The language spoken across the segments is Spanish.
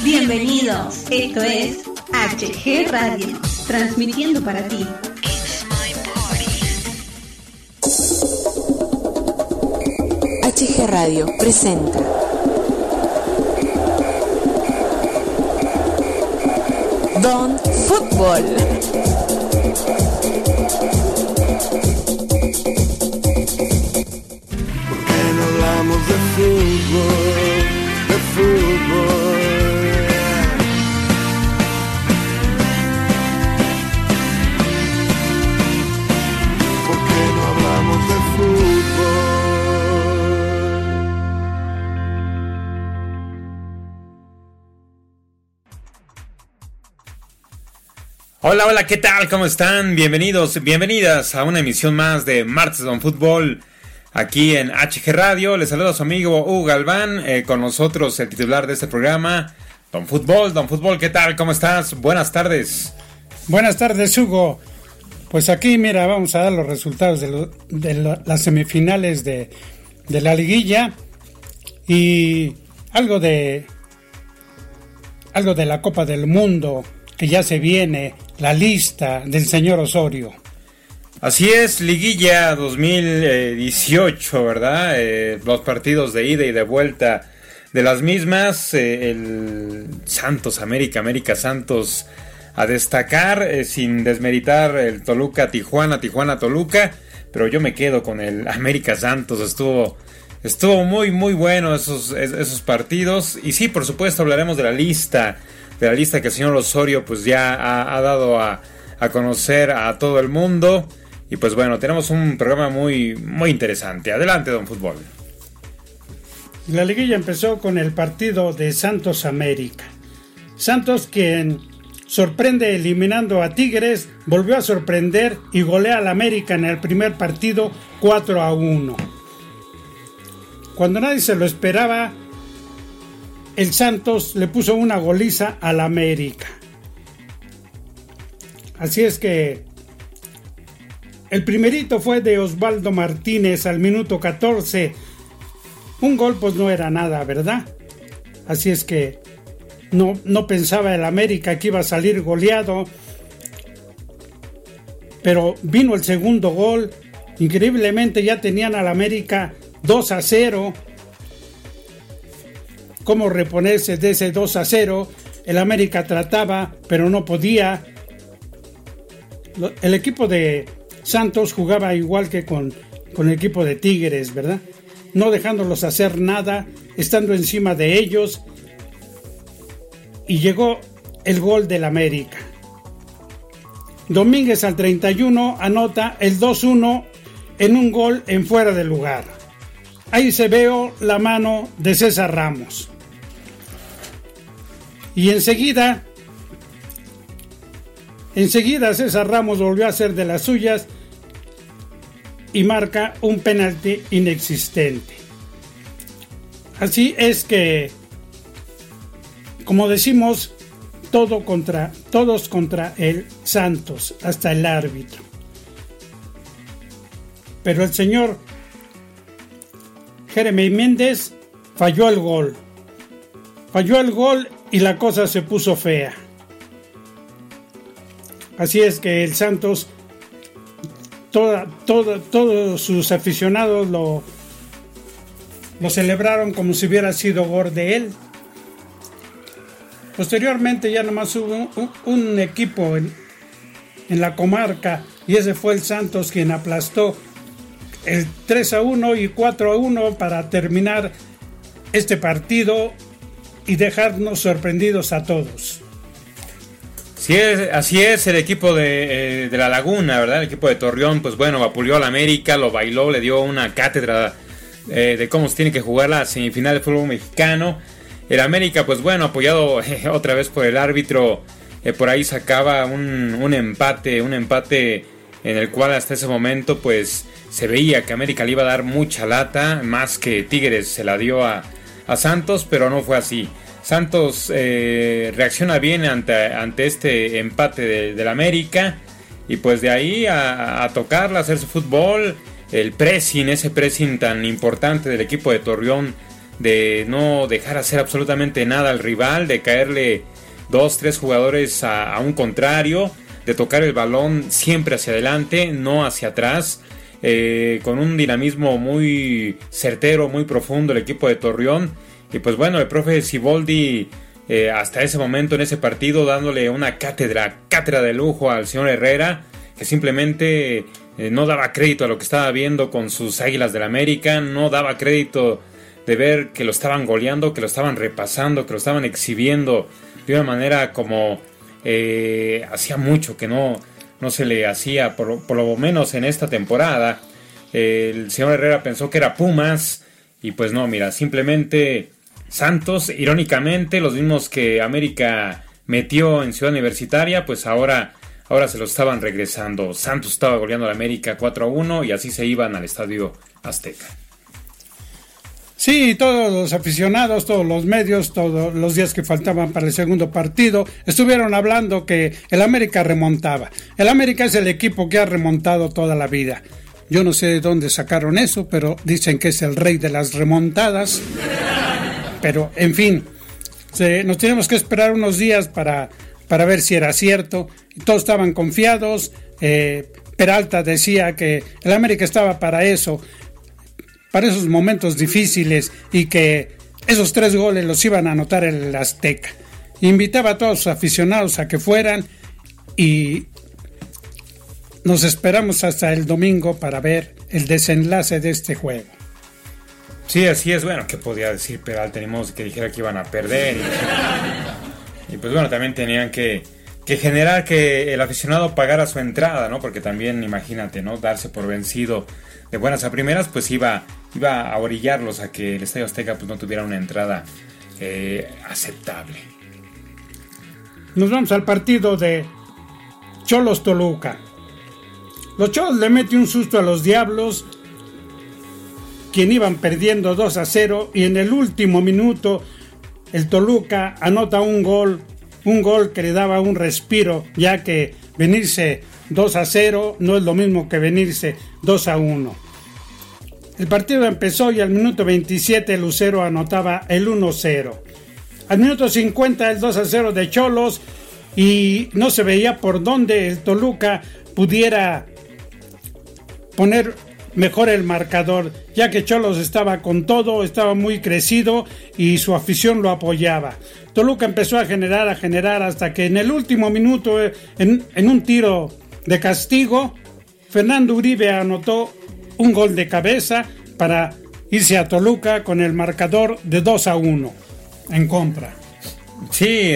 Bienvenidos, esto es HG Radio, transmitiendo para ti. HG Radio presenta Don Fútbol. ¿Por qué no hablamos de fútbol? De fútbol. ¿Por qué no hablamos de fútbol? Hola, hola, ¿qué tal? ¿Cómo están? Bienvenidos, bienvenidas a una emisión más de Martes Don Fútbol aquí en HG Radio. Les saluda a su amigo Hugo Galván, con nosotros el titular de este programa, Don Fútbol, ¿qué tal? ¿Cómo estás? Buenas tardes. Buenas tardes, Hugo. Pues aquí, mira, vamos a dar los resultados de las semifinales de la liguilla y algo de la Copa del Mundo, que ya se viene, la lista del señor Osorio. Así es, liguilla 2018, ¿verdad? Los partidos de ida y de vuelta de las mismas, el Santos América Santos a destacar, sin desmeritar el Toluca Tijuana Toluca, pero yo me quedo con el América Santos. Estuvo muy bueno esos partidos. Y sí, por supuesto hablaremos de la lista que el señor Osorio pues ya ha dado a conocer a todo el mundo. Y pues bueno, tenemos un programa muy interesante. Adelante, Don Fútbol. La liguilla empezó con el partido de Santos América. Santos, quien sorprende eliminando a Tigres, volvió a sorprender y golea al América en el primer partido 4-1. Cuando nadie se lo esperaba, el Santos le puso una goliza al América. Así es que el primerito fue de Osvaldo Martínez al minuto 14. Un gol pues no era nada, ¿verdad? Así es que no pensaba el América que iba a salir goleado. Pero vino el segundo gol. Increíblemente ya tenían al América 2-0. ¿Cómo reponerse de ese 2-0? El América trataba, pero no podía. El equipo de Santos jugaba igual que con el equipo de Tigres, ¿verdad? No dejándolos hacer nada, estando encima de ellos. Y llegó el gol del América. Domínguez al 31 anota el 2-1 en un gol en fuera de lugar. Ahí se veo la mano de César Ramos. Y enseguida César Ramos volvió a hacer de las suyas y marca un penalti inexistente. Así es que, como decimos, todos contra el Santos, hasta el árbitro. Pero el señor Jeremy Méndez falló el gol y la cosa se puso fea. Así es que el Santos, todos sus aficionados lo celebraron como si hubiera sido gol de él. Posteriormente ya nomás hubo un equipo en la comarca, y ese fue el Santos, quien aplastó el 3-1 y 4-1 para terminar este partido y dejarnos sorprendidos a todos. Sí, así es, el equipo de La Laguna, ¿verdad? El equipo de Torreón, pues bueno, vapuleó al América, lo bailó, le dio una cátedra de cómo se tiene que jugar la semifinal de fútbol mexicano. El América, pues bueno, apoyado otra vez por el árbitro, por ahí sacaba un empate en el cual hasta ese momento pues se veía que América le iba a dar mucha lata, más que Tigres se la dio a Santos, pero no fue así. Santos reacciona bien ante este empate del América, y pues de ahí a tocarla, a hacer su fútbol, ese pressing tan importante del equipo de Torreón de no dejar hacer absolutamente nada al rival, de caerle 2-3 jugadores a un contrario, de tocar el balón siempre hacia adelante, no hacia atrás, con un dinamismo muy certero, muy profundo el equipo de Torreón. Y pues bueno, el profe Siboldi hasta ese momento en ese partido dándole una cátedra de lujo al señor Herrera, que simplemente no daba crédito a lo que estaba viendo con sus Águilas del América, no daba crédito de ver que lo estaban goleando, que lo estaban repasando, que lo estaban exhibiendo de una manera como hacía mucho que no se le hacía, por lo menos en esta temporada. El señor Herrera pensó que era Pumas, y pues no, mira, simplemente Santos, irónicamente, los mismos que América metió en Ciudad Universitaria, pues ahora se los estaban regresando. Santos estaba goleando a la América 4-1 y así se iban al Estadio Azteca. Sí, todos los aficionados, todos los medios, todos los días que faltaban para el segundo partido, estuvieron hablando que el América remontaba. El América es el equipo que ha remontado toda la vida. Yo no sé de dónde sacaron eso, pero dicen que es el rey de las remontadas. Pero, en fin, nos tenemos que esperar unos días para ver si era cierto. Todos estaban confiados. Peralta decía que el América estaba para eso, para esos momentos difíciles, y que esos 3 goles los iban a anotar en el Azteca. Invitaba a todos sus aficionados a que fueran, y nos esperamos hasta el domingo para ver el desenlace de este juego. Sí, así es. Bueno, ¿qué podía decir Peralta? Tenemos que dijera que iban a perder. Y pues bueno, también tenían que generar que el aficionado pagara su entrada, ¿no? Porque también, imagínate, ¿no? Darse por vencido de buenas a primeras, pues iba a orillarlos a que el Estadio Azteca pues no tuviera una entrada aceptable. Nos vamos al partido de Xolos Toluca. Los Xolos le meten un susto a los Diablos, quien iban perdiendo 2-0, y en el último minuto el Toluca anota un gol que le daba un respiro, ya que venirse 2-0 no es lo mismo que venirse 2-1. El partido empezó y al minuto 27 el Lucero anotaba el 1-0. Al minuto 50 el 2-0 de Xolos, y no se veía por dónde el Toluca pudiera poner mejor el marcador, ya que Xolos estaba con todo, estaba muy crecido y su afición lo apoyaba. Toluca empezó a generar hasta que en el último minuto, en un tiro de castigo, Fernando Uribe anotó un gol de cabeza para irse a Toluca con el marcador de 2-1 en contra. Sí,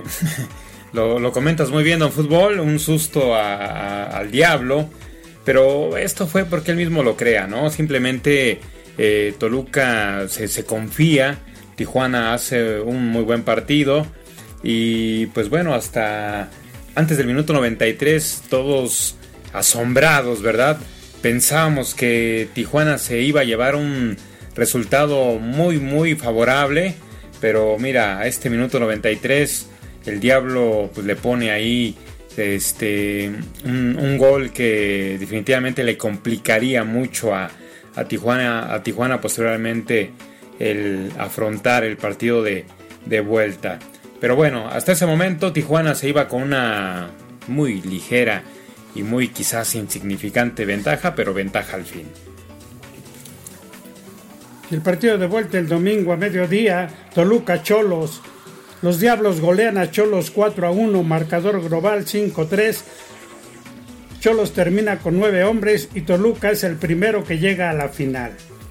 lo comentas muy bien, don Fútbol, un susto al Diablo. Pero esto fue porque él mismo lo crea, ¿no? Simplemente Toluca se confía, Tijuana hace un muy buen partido, y pues bueno, hasta antes del minuto 93 todos asombrados, ¿verdad? Pensábamos que Tijuana se iba a llevar un resultado muy muy favorable, pero mira, a este minuto 93 el Diablo pues le pone ahí un gol que definitivamente le complicaría mucho a Tijuana posteriormente el afrontar el partido de vuelta. Pero bueno, hasta ese momento Tijuana se iba con una muy ligera y muy quizás insignificante ventaja, pero ventaja al fin. El partido de vuelta el domingo a mediodía, Toluca Xolos. Los Diablos golean a Xolos 4-1, marcador global 5-3. Xolos termina con 9 hombres y Toluca es el primero que llega a la final.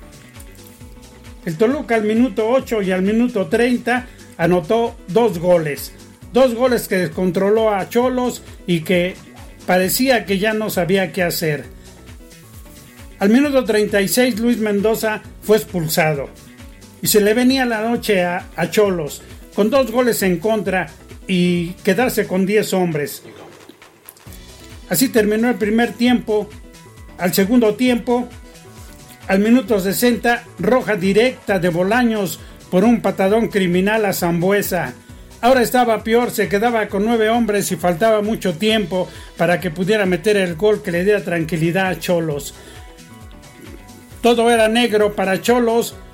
El Toluca al minuto 8 y al minuto 30 anotó 2 goles. 2 goles que descontroló a Xolos y que parecía que ya no sabía qué hacer. Al minuto 36 Luis Mendoza fue expulsado y se le venía la noche a Xolos, con 2 goles en contra y quedarse con 10 hombres. Así terminó el primer tiempo. Al segundo tiempo, al minuto 60, roja directa de Bolaños por un patadón criminal a Sambuesa. Ahora estaba peor, se quedaba con 9 hombres y faltaba mucho tiempo para que pudiera meter el gol que le diera tranquilidad a Xolos. Todo era negro para Xolos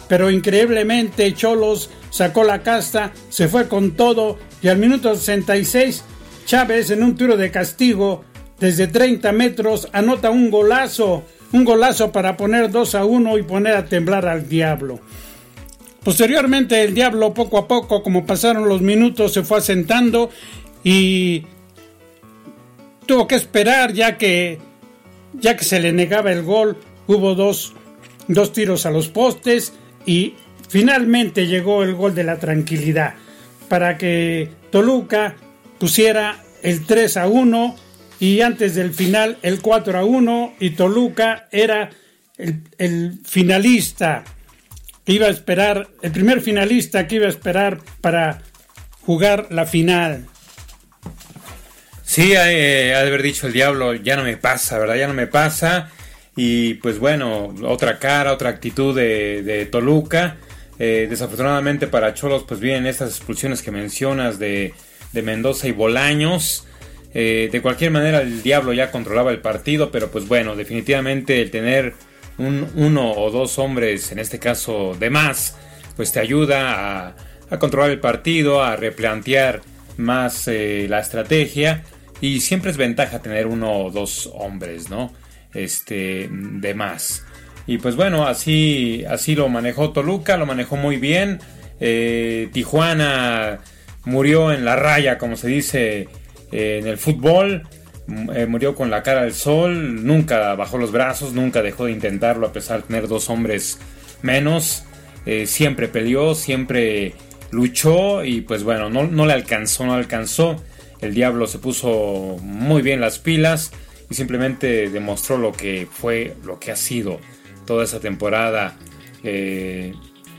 pero increíblemente Xolos sacó la casta, se fue con todo y al minuto 66 Chávez en un tiro de castigo desde 30 metros anota un golazo para poner 2-1 y poner a temblar al Diablo. Posteriormente el Diablo poco a poco, como pasaron los minutos, se fue asentando y tuvo que esperar ya que se le negaba el gol. Hubo dos tiros a los postes y finalmente llegó el gol de la tranquilidad para que Toluca pusiera el 3-1 y antes del final el 4-1 y Toluca era el finalista que iba a esperar, el primer finalista que iba a esperar para jugar la final. Sí, ha de haber dicho el Diablo, ya no me pasa, ¿verdad? Ya no me pasa. Y pues bueno, otra cara, otra actitud de Toluca. Desafortunadamente para Xolos pues vienen estas expulsiones que mencionas de Mendoza y Bolaños. De cualquier manera el Diablo ya controlaba el partido, pero pues bueno, definitivamente el tener uno o dos hombres, en este caso de más, pues te ayuda a controlar el partido, a replantear más la estrategia, y siempre es ventaja tener uno o dos hombres, ¿no? De más. Y pues bueno, así lo manejó Toluca, lo manejó muy bien. Tijuana murió en la raya, como se dice en el fútbol. Murió con la cara al sol, nunca bajó los brazos, nunca dejó de intentarlo a pesar de tener dos hombres menos. Siempre peleó, siempre luchó y pues bueno, no le alcanzó. El Diablo se puso muy bien las pilas y simplemente demostró lo que ha sido toda esa temporada de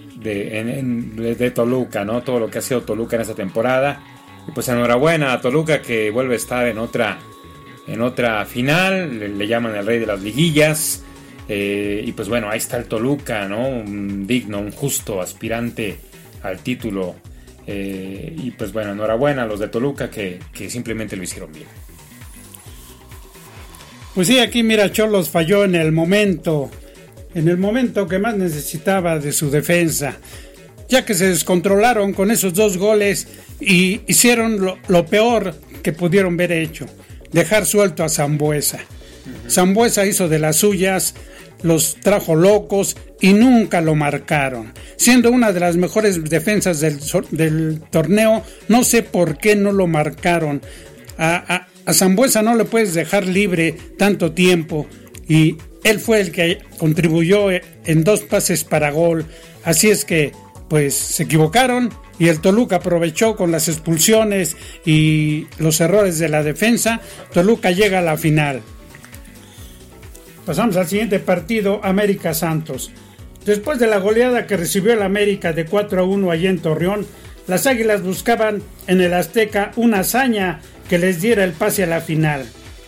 Toluca, ¿no? Todo lo que ha sido Toluca en esa temporada. Y pues enhorabuena a Toluca, que vuelve a estar en otra final, le llaman el rey de las liguillas. Y pues bueno, ahí está el Toluca, ¿no? Un digno, un justo aspirante al título. Y pues bueno, enhorabuena a los de Toluca que simplemente lo hicieron bien. Pues sí, aquí mira, Xolos falló en el momento que más necesitaba de su defensa, ya que se descontrolaron con esos dos goles y hicieron lo peor que pudieron haber hecho, dejar suelto a Sambueza. Sambueza hizo de las suyas, los trajo locos y nunca lo marcaron. Siendo una de las mejores defensas del torneo, no sé por qué no lo marcaron. A Sambueza no le puedes dejar libre tanto tiempo y él fue el que contribuyó en 2 pases para gol. Así es que pues se equivocaron y el Toluca aprovechó con las expulsiones y los errores de la defensa. Toluca llega a la final. Pasamos al siguiente partido, América Santos. Después de la goleada que recibió el América de 4-1 allí en Torreón, las Águilas buscaban en el Azteca una hazaña que les diera el pase a la final.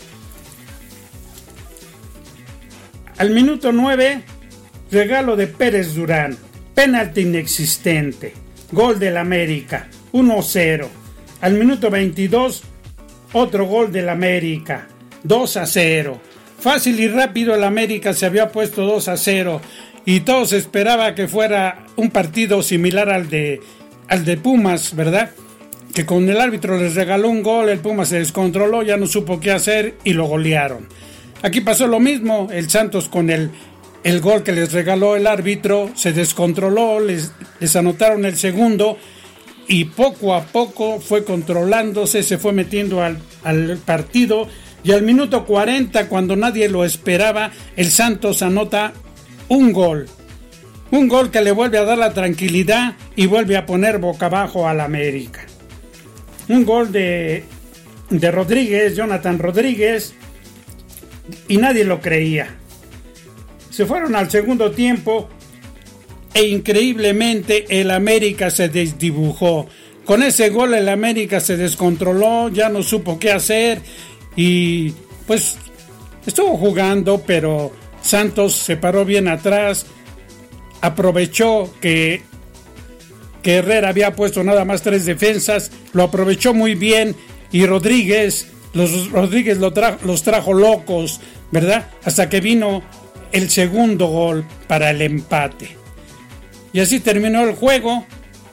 Al minuto 9, regalo de Pérez Durán, penalti inexistente, gol del América, 1-0. Al minuto 22, otro gol del América, 2-0. Fácil y rápido el América se había puesto 2-0 y todos esperaban que fuera un partido similar al de Pumas, ¿verdad? Que con el árbitro les regaló un gol, el Pumas se descontroló, ya no supo qué hacer y lo golearon. Aquí pasó lo mismo, el Santos con el gol que les regaló el árbitro se descontroló, les anotaron el segundo y poco a poco fue controlándose, se fue metiendo al partido y al minuto 40, cuando nadie lo esperaba, el Santos anota un gol que le vuelve a dar la tranquilidad y vuelve a poner boca abajo al América. Un gol de Rodríguez, Jonathan Rodríguez, y nadie lo creía. Se fueron al segundo tiempo e increíblemente el América se desdibujó. Con ese gol el América se descontroló, ya no supo qué hacer y pues estuvo jugando, pero Santos se paró bien atrás, aprovechó que Herrera había puesto nada más 3 defensas, lo aprovechó muy bien y Rodríguez los trajo locos, ¿verdad? Hasta que vino el segundo gol para el empate. Y así terminó el juego.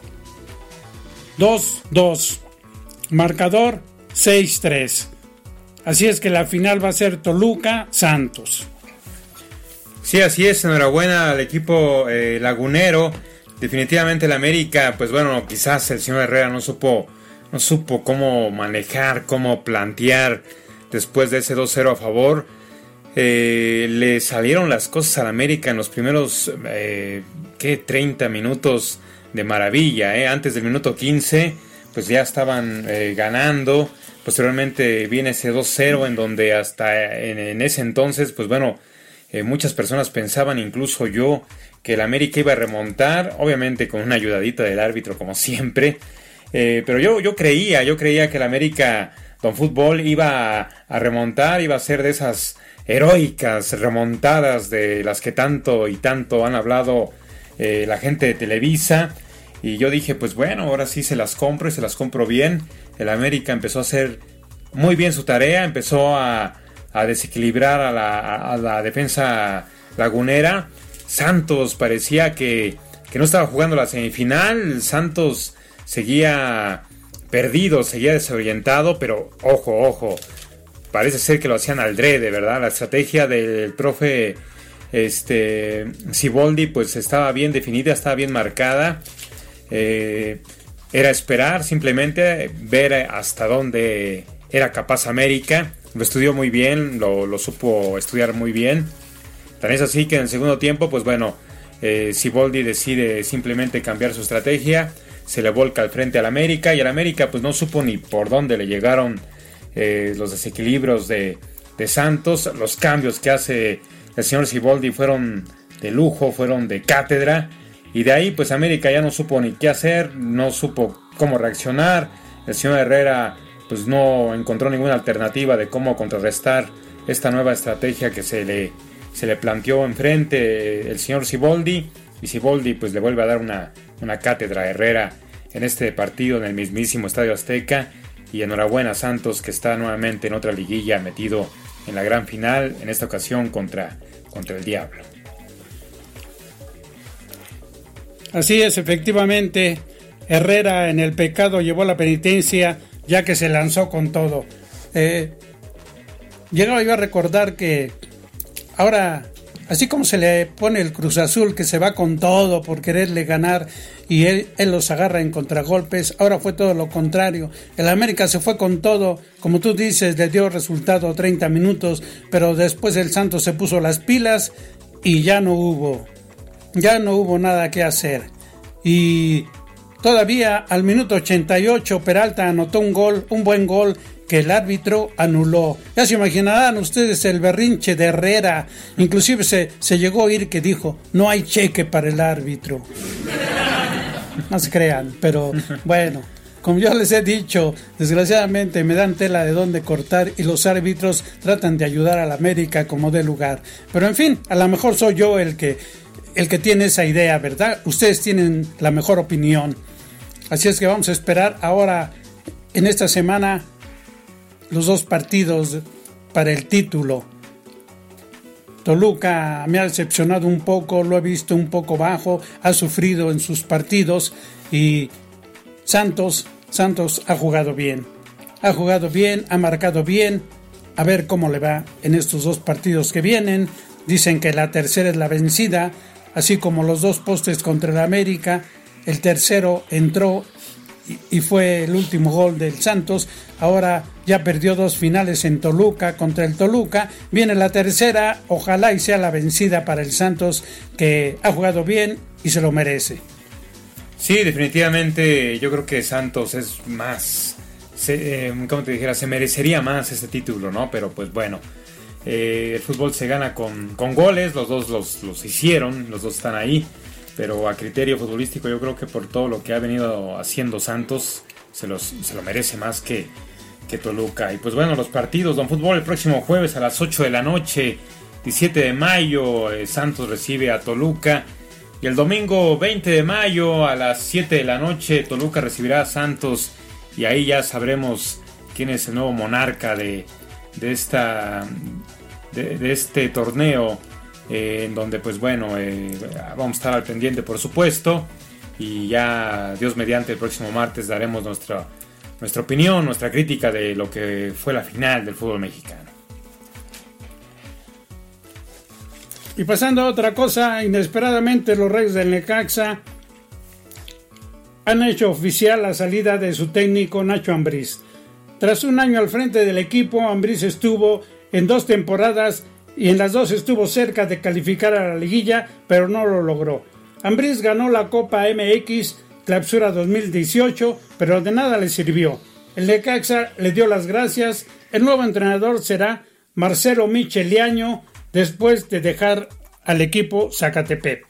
2-2. Marcador 6-3. Así es que la final va a ser Toluca-Santos. Sí, así es. Enhorabuena al equipo lagunero. Definitivamente el América, pues bueno, quizás el señor Herrera no supo cómo manejar, cómo plantear después de ese 2-0 a favor. Le salieron las cosas al América en los primeros 30 minutos de maravilla. Antes del minuto 15 pues ya estaban ganando. Posteriormente viene ese 2-0 en donde hasta en ese entonces pues bueno, muchas personas pensaban, incluso yo, que el América iba a remontar, obviamente con una ayudadita del árbitro como siempre, pero yo creía que el América Don Fútbol iba a remontar, iba a ser de esas heroicas remontadas de las que tanto y tanto han hablado la gente de Televisa. Y yo dije, pues bueno, ahora sí se las compro y se las compro bien. El América empezó a hacer muy bien su tarea, empezó a desequilibrar a la defensa lagunera. Santos parecía que no estaba jugando la semifinal. Santos seguía perdido, seguía desorientado, pero ojo, parece ser que lo hacían al drede, ¿verdad? La estrategia del profe Siboldi pues estaba bien definida, estaba bien marcada. Era esperar, simplemente ver hasta dónde era capaz América. Lo estudió muy bien, lo supo estudiar muy bien. Tan es así que en el segundo tiempo, pues bueno, Siboldi decide simplemente cambiar su estrategia, se le volca al frente al América, y al América pues no supo ni por dónde le llegaron los desequilibrios de Santos. Los cambios que hace el señor Siboldi fueron de lujo, fueron de cátedra, y de ahí pues América ya no supo ni qué hacer, no supo cómo reaccionar. El señor Herrera pues no encontró ninguna alternativa de cómo contrarrestar esta nueva estrategia que se le planteó enfrente el señor Siboldi, y Siboldi pues le vuelve a dar una cátedra a Herrera en este partido en el mismísimo Estadio Azteca. Y enhorabuena a Santos, que está nuevamente en otra liguilla, metido en la gran final, en esta ocasión contra el Diablo. Así es, efectivamente, Herrera en el pecado llevó la penitencia, ya que se lanzó con todo. Llegaba yo a recordar que ahora, así como se le pone el Cruz Azul, que se va con todo por quererle ganar y él los agarra en contragolpes, ahora fue todo lo contrario. El América se fue con todo, como tú dices, le dio resultado 30 minutos, pero después el Santos se puso las pilas y ya no hubo nada que hacer. Y todavía al minuto 88 Peralta anotó un buen gol que el árbitro anuló. Ya se imaginarán ustedes el berrinche de Herrera. Inclusive se llegó a oír que dijo: no hay cheque para el árbitro. No se crean, pero bueno, como yo les he dicho, desgraciadamente me dan tela de dónde cortar y los árbitros tratan de ayudar a la América como dé lugar. Pero en fin, a lo mejor soy yo el que tiene esa idea, ¿verdad? Ustedes tienen la mejor opinión. Así es que vamos a esperar ahora en esta semana los dos partidos para el título. Toluca me ha decepcionado un poco, lo he visto un poco bajo, ha sufrido en sus partidos, y Santos ha jugado bien, ha marcado bien. A ver cómo le va en estos dos partidos que vienen. Dicen que la tercera es la vencida, así como los dos postes contra el América. El tercero entró y fue el último gol del Santos. Ahora ya perdió dos finales en Toluca, contra el Toluca. Viene la tercera, ojalá y sea la vencida para el Santos, que ha jugado bien y se lo merece. Sí, definitivamente yo creo que Santos es más, como te dijera, se merecería más este título, ¿no? Pero pues bueno, el fútbol se gana con goles, los dos los hicieron, los dos están ahí. Pero a criterio futbolístico yo creo que por todo lo que ha venido haciendo Santos se lo merece más que Toluca. Y pues bueno, los partidos, Don Fútbol, el próximo jueves a las 8 de la noche, 17 de mayo, Santos recibe a Toluca. Y el domingo 20 de mayo a las 7 de la noche, Toluca recibirá a Santos. Y ahí ya sabremos quién es el nuevo monarca de este torneo en donde pues bueno, vamos a estar al pendiente por supuesto, y ya Dios mediante el próximo martes daremos nuestra opinión, nuestra crítica de lo que fue la final del fútbol mexicano. Y pasando a otra cosa, inesperadamente los Reyes del Necaxa han hecho oficial la salida de su técnico Nacho Ambriz. Tras un año al frente del equipo, Ambriz estuvo en 2 temporadas y en las 2 estuvo cerca de calificar a la liguilla, pero no lo logró. Ambriz ganó la Copa MX Clausura 2018, pero de nada le sirvió. El Necaxa le dio las gracias. El nuevo entrenador será Marcelo Micheliaño, después de dejar al equipo Zacatepec.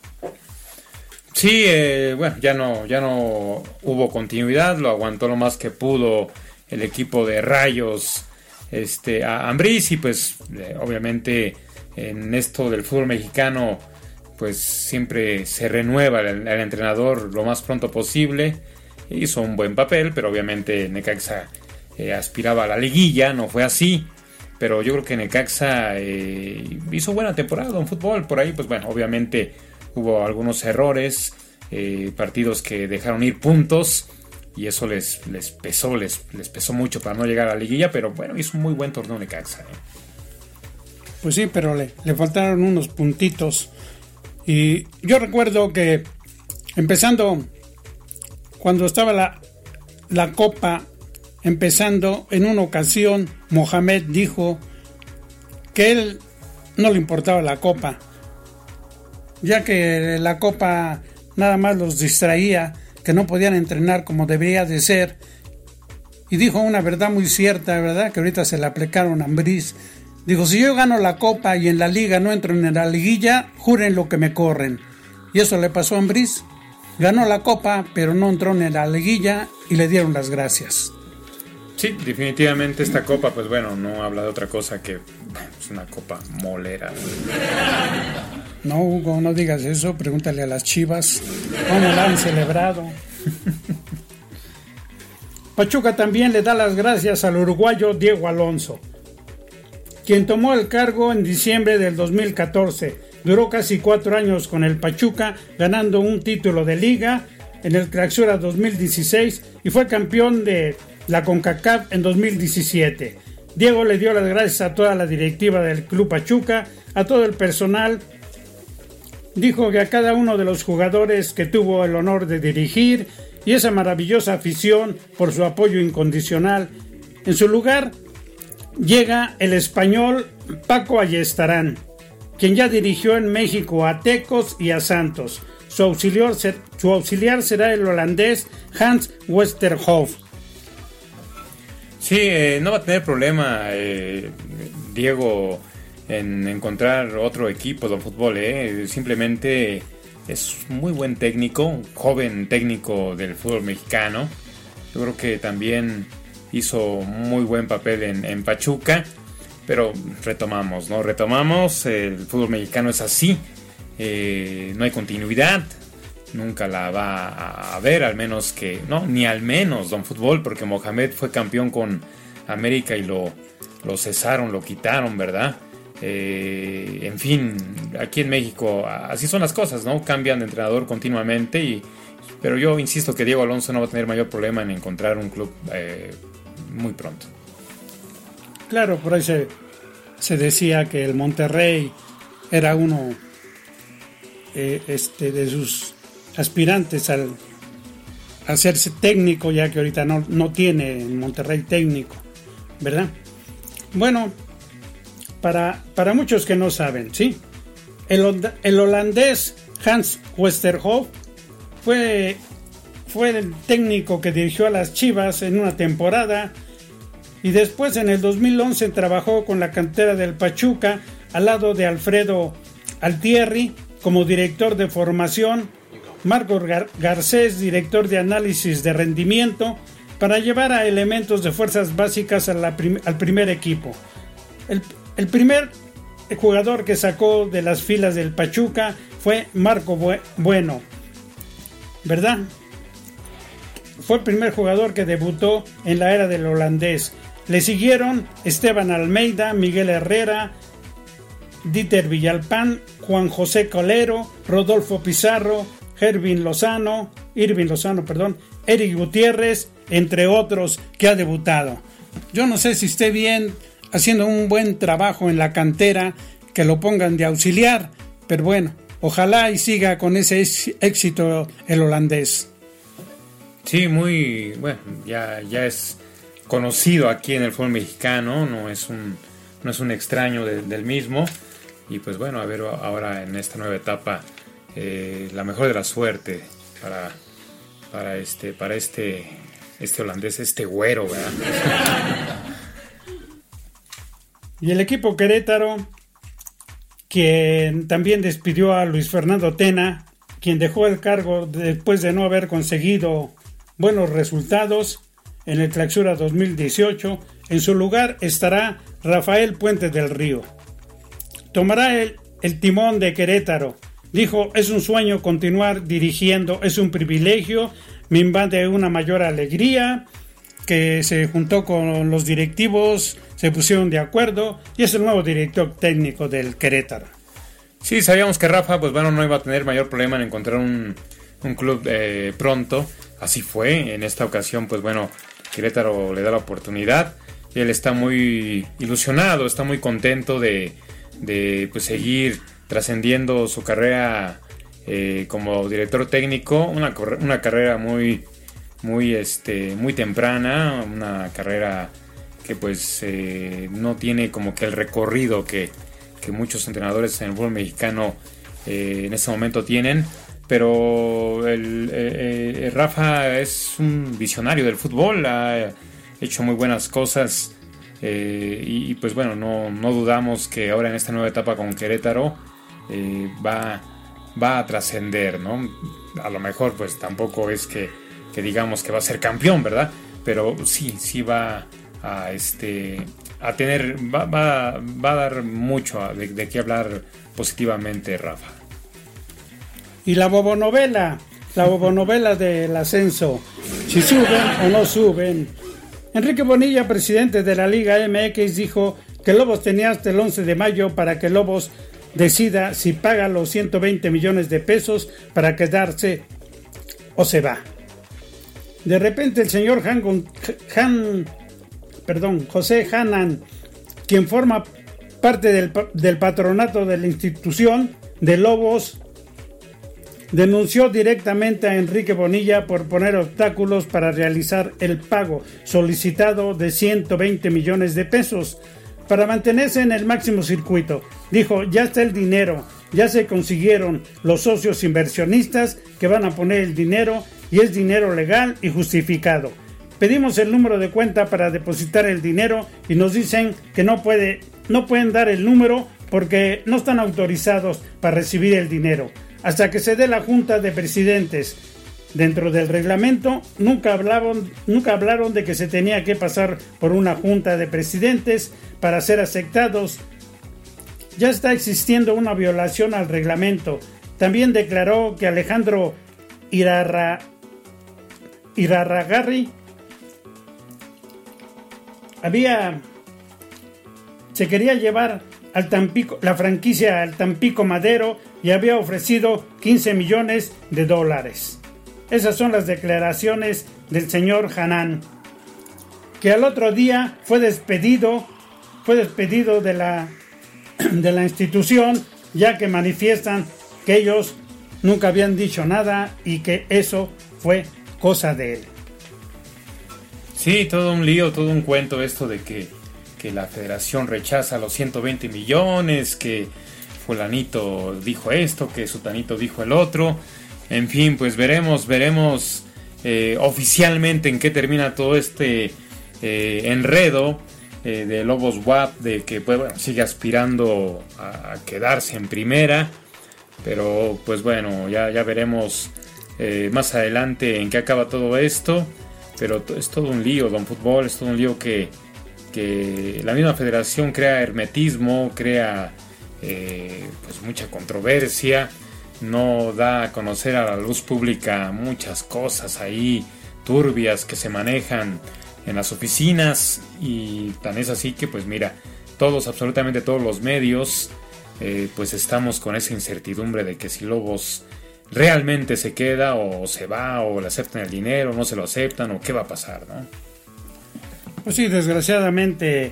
Sí, bueno, ya no hubo continuidad, lo aguantó lo más que pudo el equipo de Rayos a Ambriz, y pues obviamente en esto del fútbol mexicano pues siempre se renueva el entrenador lo más pronto posible. Hizo un buen papel, pero obviamente Necaxa aspiraba a la liguilla, no fue así. Pero yo creo que Necaxa hizo buena temporada en fútbol. Por ahí, pues bueno, obviamente hubo algunos errores, partidos que dejaron ir puntos, y eso les pesó mucho para no llegar a la liguilla. Pero bueno, hizo un muy buen torneo Necaxa. Pues sí, pero le faltaron unos puntitos. Y yo recuerdo que empezando, cuando estaba la Copa empezando, en una ocasión Mohamed dijo que él no le importaba la Copa, ya que la Copa nada más los distraía, que no podían entrenar como debería de ser. Y dijo una verdad muy cierta, ¿verdad? Que ahorita se le aplicaron a Ambriz. Dijo, si yo gano la Copa y en la Liga no entro en la liguilla, juren lo que me corren. Y eso le pasó a Ambriz. Ganó la Copa, pero no entró en la liguilla y le dieron las gracias. Sí, definitivamente esta Copa, pues bueno, no habla de otra cosa que es una Copa molera. No, Hugo, no digas eso, pregúntale a las Chivas cómo la han celebrado. Pachuca también le da las gracias al uruguayo Diego Alonso, quien tomó el cargo en diciembre del 2014. Duró casi 4 años con el Pachuca, ganando un título de liga en el Clausura 2016 y fue campeón de la CONCACAF en 2017. Diego le dio las gracias a toda la directiva del Club Pachuca, a todo el personal. Dijo que a cada uno de los jugadores que tuvo el honor de dirigir y esa maravillosa afición por su apoyo incondicional. En su lugar llega el español Paco Ayestarán, quien ya dirigió en México a Tecos y a Santos. Su auxiliar será el holandés Hans Westerhoff. Sí, no va a tener problema Diego en encontrar otro equipo de fútbol. Simplemente es muy buen técnico, joven técnico del fútbol mexicano. Yo creo que también hizo muy buen papel en Pachuca, pero retomamos, el fútbol mexicano es así, no hay continuidad, nunca la va a haber, al menos que, no, ni al menos Don Fútbol, porque Mohamed fue campeón con América y lo cesaron, lo quitaron, ¿verdad? En fin, aquí en México así son las cosas, ¿no? Cambian de entrenador continuamente, pero yo insisto que Diego Alonso no va a tener mayor problema en encontrar un club muy pronto. Claro, por ahí se decía que el Monterrey era uno de sus aspirantes al hacerse técnico, ya que ahorita no tiene el Monterrey técnico, ¿verdad? Bueno, para muchos que no saben, ¿sí? El holandés Hans Westerhoff fue el técnico que dirigió a las Chivas en una temporada y después en el 2011 trabajó con la cantera del Pachuca al lado de Alfredo Altierri como director de formación, Marcos Garcés, director de análisis de rendimiento, para llevar a elementos de fuerzas básicas al primer equipo. El primer jugador que sacó de las filas del Pachuca fue Marco Bueno, ¿verdad? Fue el primer jugador que debutó en la era del holandés. Le siguieron Esteban Almeida, Miguel Herrera, Dieter Villalpán, Juan José Calero, Rodolfo Pizarro, Irving Lozano, Eric Gutiérrez, entre otros que ha debutado. Yo no sé si esté bien haciendo un buen trabajo en la cantera, que lo pongan de auxiliar, pero bueno, ojalá y siga con ese éxito el holandés. Sí, muy bueno, ya es conocido aquí en el fútbol mexicano, no es un extraño del mismo, y pues bueno, a ver ahora en esta nueva etapa la mejor de la suerte para este holandés, este güero, ¿verdad? Y el equipo Querétaro, quien también despidió a Luis Fernando Tena, quien dejó el cargo después de no haber conseguido buenos resultados en el Clausura 2018. En su lugar estará Rafael Puente del Río. Tomará el timón de Querétaro. Dijo: es un sueño continuar dirigiendo, es un privilegio, me invade una mayor alegría, que se juntó con los directivos, se pusieron de acuerdo y es el nuevo director técnico del Querétaro. Sí, sabíamos que Rafa, pues bueno, no iba a tener mayor problema en encontrar un club pronto. Así fue, en esta ocasión, pues bueno, Querétaro le da la oportunidad y él está muy ilusionado, está muy contento de pues seguir trascendiendo su carrera como director técnico, una carrera muy temprana, una carrera que pues no tiene como que el recorrido que muchos entrenadores en el fútbol mexicano en este momento tienen, pero Rafa es un visionario del fútbol, ha hecho muy buenas cosas y pues bueno, no dudamos que ahora en esta nueva etapa con Querétaro va a trascender, ¿no? A lo mejor pues tampoco es que digamos que va a ser campeón, ¿verdad? Pero sí va a tener, va a dar mucho de qué hablar positivamente Rafa. Y la bobonovela del ascenso, si suben o no suben. Enrique Bonilla, presidente de la Liga MX, dijo que Lobos tenía hasta el 11 de mayo para que Lobos decida si paga los 120 millones de pesos para quedarse o se va. De repente el señor José Hanan, quien forma parte del patronato de la institución de Lobos, denunció directamente a Enrique Bonilla por poner obstáculos para realizar el pago solicitado de 120 millones de pesos para mantenerse en el máximo circuito. Dijo: ya está el dinero, ya se consiguieron los socios inversionistas que van a poner el dinero y es dinero legal y justificado. Pedimos el número de cuenta para depositar el dinero y nos dicen que no pueden dar el número porque no están autorizados para recibir el dinero. Hasta que se dé la junta de presidentes. Dentro del reglamento nunca hablaron de que se tenía que pasar por una junta de presidentes para ser aceptados. Ya está existiendo una violación al reglamento. También declaró que Alejandro Irarrágorri se quería llevar al Tampico, la franquicia al Tampico Madero, y había ofrecido $15 millones. Esas son las declaraciones del señor Hanan, que al otro día fue despedido de la institución, ya que manifiestan que ellos nunca habían dicho nada y que eso fue cosa de él. Sí, todo un lío, todo un cuento esto de que la federación rechaza los 120 millones, que fulanito dijo esto, que sutanito dijo el otro. En fin, pues veremos oficialmente en qué termina todo este enredo de Lobos WAP, de que pues, bueno, sigue aspirando a quedarse en primera, pero pues bueno, ya veremos más adelante en qué acaba todo esto, pero es todo un lío, Don Fútbol, es todo un lío que la misma federación crea hermetismo, crea pues mucha controversia, no da a conocer a la luz pública muchas cosas ahí turbias que se manejan en las oficinas, y tan es así que pues mira, absolutamente todos los medios pues estamos con esa incertidumbre de que si Lobos realmente se queda o se va, o le aceptan el dinero, no se lo aceptan, o qué va a pasar, ¿no? Pues sí, desgraciadamente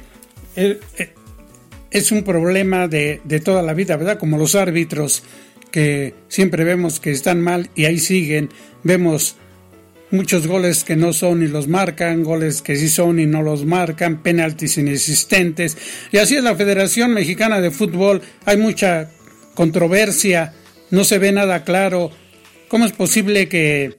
es un problema de toda la vida, ¿verdad? Como los árbitros, que siempre vemos que están mal y ahí siguen. Vemos muchos goles que no son y los marcan, goles que sí son y no los marcan, penaltis inexistentes. Y así es la Federación Mexicana de Fútbol. Hay mucha controversia, no se ve nada claro. ¿Cómo es posible que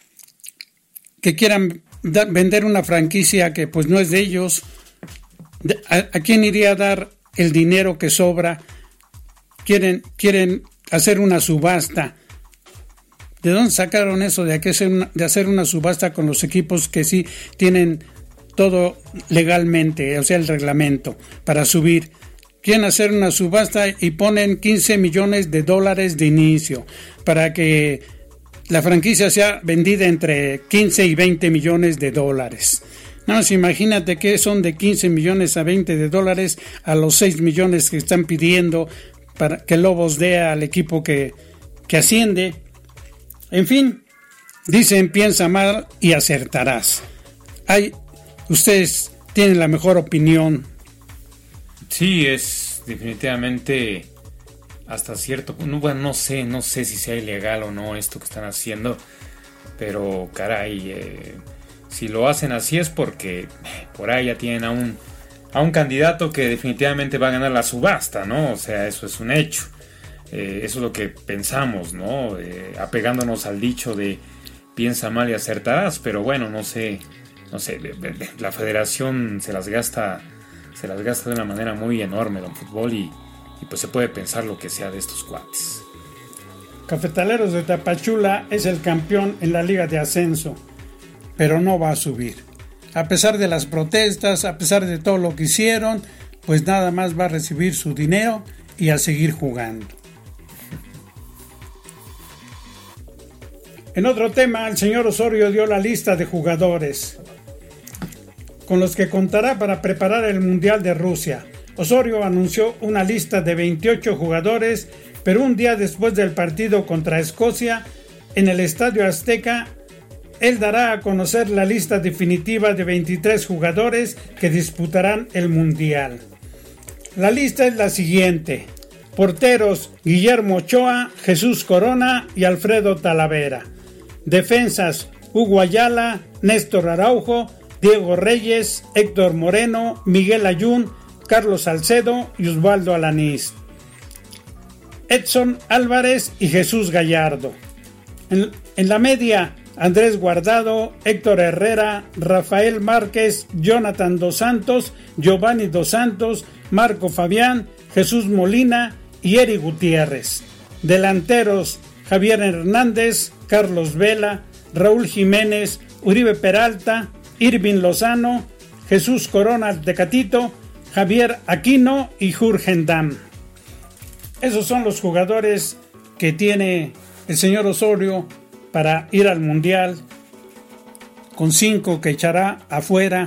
quieran vender una franquicia que pues no es de ellos? ¿A quién iría a dar el dinero que sobra? Quieren hacer una subasta. ¿De dónde sacaron eso de hacer una subasta con los equipos que sí tienen todo legalmente, o sea, el reglamento para subir? Quieren hacer una subasta y ponen $15 millones de inicio para que la franquicia sea vendida entre 15 y 20 millones de dólares. No, imagínate que son de 15 millones a 20 de dólares a los 6 millones que están pidiendo para que Lobos dé al equipo que asciende. En fin, dicen piensa mal y acertarás. Ustedes tienen la mejor opinión. Sí, es definitivamente hasta cierto punto, bueno, no sé si sea ilegal o no esto que están haciendo, pero caray, si lo hacen así es porque por ahí ya tienen a un candidato que definitivamente va a ganar la subasta, ¿no? O sea, eso es un hecho. Eso es lo que pensamos, ¿no? Apegándonos al dicho de piensa mal y acertarás, pero bueno, no sé, la federación se las gasta de una manera muy enorme, don Fútbol, y pues se puede pensar lo que sea de estos cuates. Cafetaleros de Tapachula es el campeón en la Liga de Ascenso, pero no va a subir. A pesar de las protestas, a pesar de todo lo que hicieron, pues nada más va a recibir su dinero y a seguir jugando. En otro tema, el señor Osorio dio la lista de jugadores con los que contará para preparar el Mundial de Rusia. Osorio anunció una lista de 28 jugadores, pero un día después del partido contra Escocia, en el Estadio Azteca, él dará a conocer la lista definitiva de 23 jugadores que disputarán el Mundial. La lista es la siguiente: porteros, Guillermo Ochoa, Jesús Corona y Alfredo Talavera. Defensas, Hugo Ayala, Néstor Araujo, Diego Reyes, Héctor Moreno, Miguel Ayun, Carlos Salcedo y Osvaldo Alanís. Edson Álvarez y Jesús Gallardo. En la media, Andrés Guardado, Héctor Herrera, Rafael Márquez, Jonathan Dos Santos, Giovanni Dos Santos, Marco Fabián, Jesús Molina y Eri Gutiérrez. Delanteros, Javier Hernández, Carlos Vela, Raúl Jiménez, Uribe Peralta, Irving Lozano, Jesús Corona Tecatito, Javier Aquino y Jürgen Damm. Esos son los jugadores que tiene el señor Osorio para ir al Mundial, con 5 que echará afuera,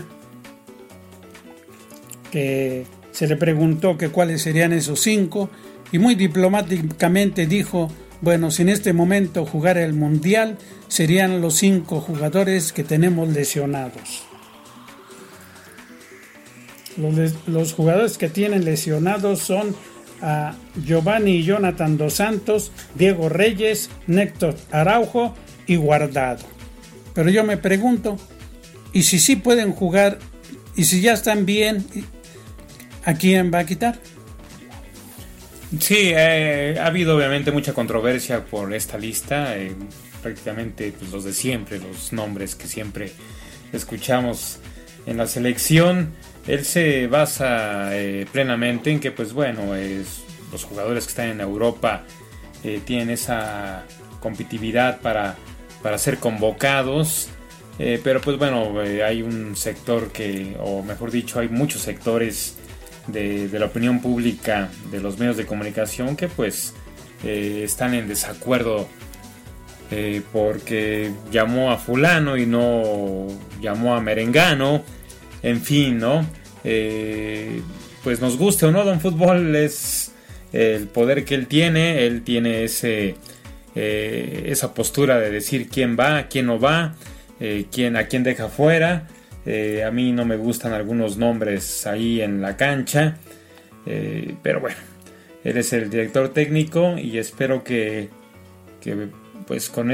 que se le preguntó que cuáles serían esos 5 y muy diplomáticamente dijo, bueno, si en este momento jugara el Mundial serían los 5 jugadores que tenemos lesionados. Los jugadores que tienen lesionados son a Giovanni y Jonathan Dos Santos, Diego Reyes, Néstor Araujo y Guardado. Pero yo me pregunto, ¿y si sí pueden jugar? ¿Y si ya están bien? ¿A quién va a quitar? Sí, ha habido obviamente mucha controversia por esta lista. Prácticamente pues, los de siempre, los nombres que siempre escuchamos en la selección. Él se basa plenamente en que, pues bueno, los jugadores que están en Europa tienen esa competitividad para ser convocados, pero pues bueno, hay un sector o mejor dicho, hay muchos sectores de la opinión pública, de los medios de comunicación, que pues están en desacuerdo porque llamó a fulano y no llamó a merengano. En fin, ¿no? Pues nos guste o no, don Fútbol, es el poder que él tiene esa postura de decir quién va, quién no va, a quién deja fuera. A mí no me gustan algunos nombres ahí en la cancha, pero bueno, él es el director técnico y espero que pues con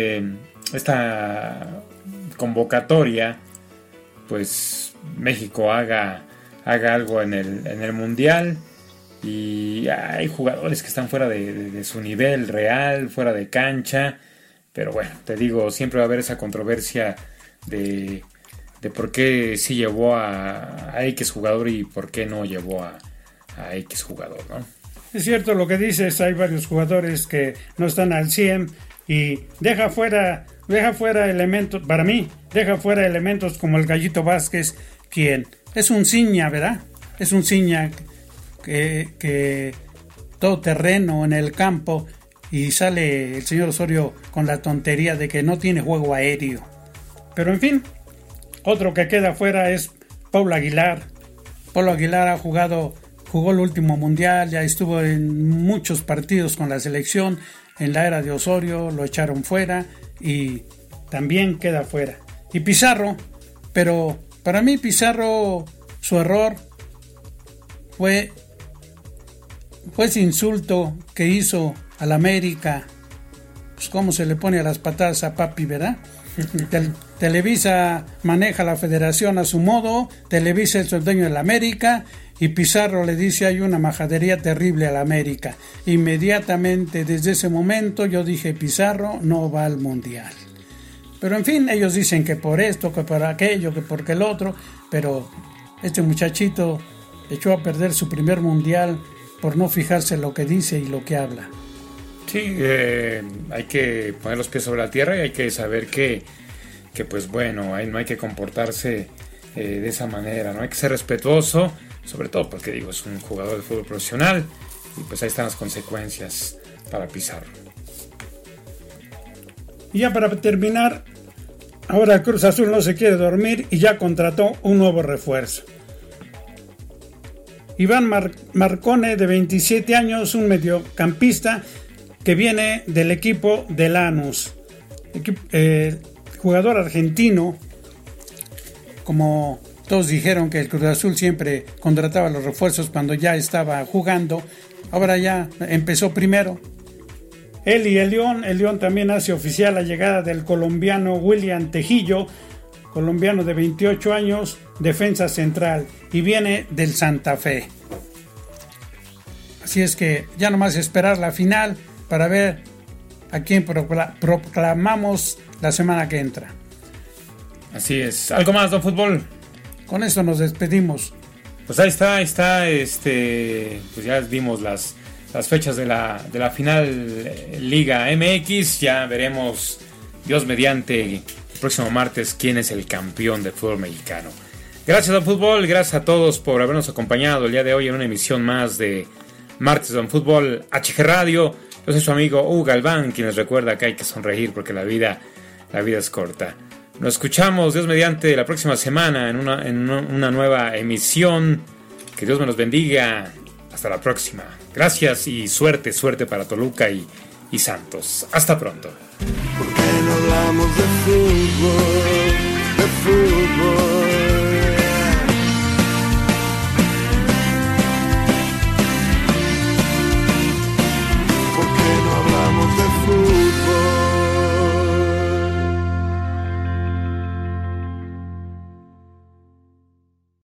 esta convocatoria pues México haga algo en el mundial. Y hay jugadores que están fuera de su nivel real, fuera de cancha, pero bueno, te digo, siempre va a haber esa controversia de por qué sí llevó a X jugador y por qué no llevó a X jugador, ¿no? Es cierto lo que dices, hay varios jugadores que no están al 100 y deja fuera elementos, para mí, deja fuera elementos como el Gallito Vázquez, quien es un ciña, ¿verdad? Es un ciña que todo terreno en el campo, y sale el señor Osorio con la tontería de que no tiene juego aéreo. Pero en fin, otro que queda fuera es Paulo Aguilar. Paulo Aguilar jugó el último mundial, ya estuvo en muchos partidos con la selección. En la era de Osorio lo echaron fuera y también queda fuera. Y Pizarro, pero para mí Pizarro, su error fue ese insulto que hizo al América. Pues cómo se le pone a las patadas a papi, ¿verdad? Televisa maneja la federación a su modo, Televisa es el dueño de la América, y Pizarro le dice hay una majadería terrible a la América. Inmediatamente desde ese momento yo dije Pizarro no va al mundial. Pero en fin, ellos dicen que por esto, que por aquello, que porque el otro, pero este muchachito echó a perder su primer mundial por no fijarse en lo que dice y lo que habla. Sí, hay que poner los pies sobre la tierra y hay que saber que pues bueno, no hay que comportarse de esa manera, no hay que ser respetuoso, sobre todo porque digo, es un jugador de fútbol profesional y pues ahí están las consecuencias para Pizarro. Y ya para terminar, ahora el Cruz Azul no se quiere dormir y ya contrató un nuevo refuerzo. Iván Marcone, de 27 años, un mediocampista que viene del equipo de Lanús. Jugador argentino, como todos dijeron que el Cruz Azul siempre contrataba los refuerzos cuando ya estaba jugando, ahora ya empezó primero. Él y el León también hace oficial la llegada del colombiano William Tejillo, colombiano de 28 años, defensa central, y viene del Santa Fe. Así es que ya nomás esperar la final para ver a quién proclamamos la semana que entra. Así es. ¿Algo más, don Fútbol? Con esto nos despedimos. Pues ahí está, pues ya vimos las fechas de la final Liga MX. Ya veremos, Dios mediante, el próximo martes quién es el campeón del fútbol mexicano. Gracias, don Fútbol, gracias a todos por habernos acompañado el día de hoy en una emisión más de Martes Don Fútbol HG Radio. Yo soy su amigo Hugo Galván, quien les recuerda que hay que sonreír porque la vida es corta. Nos escuchamos, Dios mediante, la próxima semana en una nueva emisión. Que Dios me los bendiga. Hasta la próxima. Gracias y suerte para Toluca y Santos. Hasta pronto. ¿Por qué no hablamos de fútbol?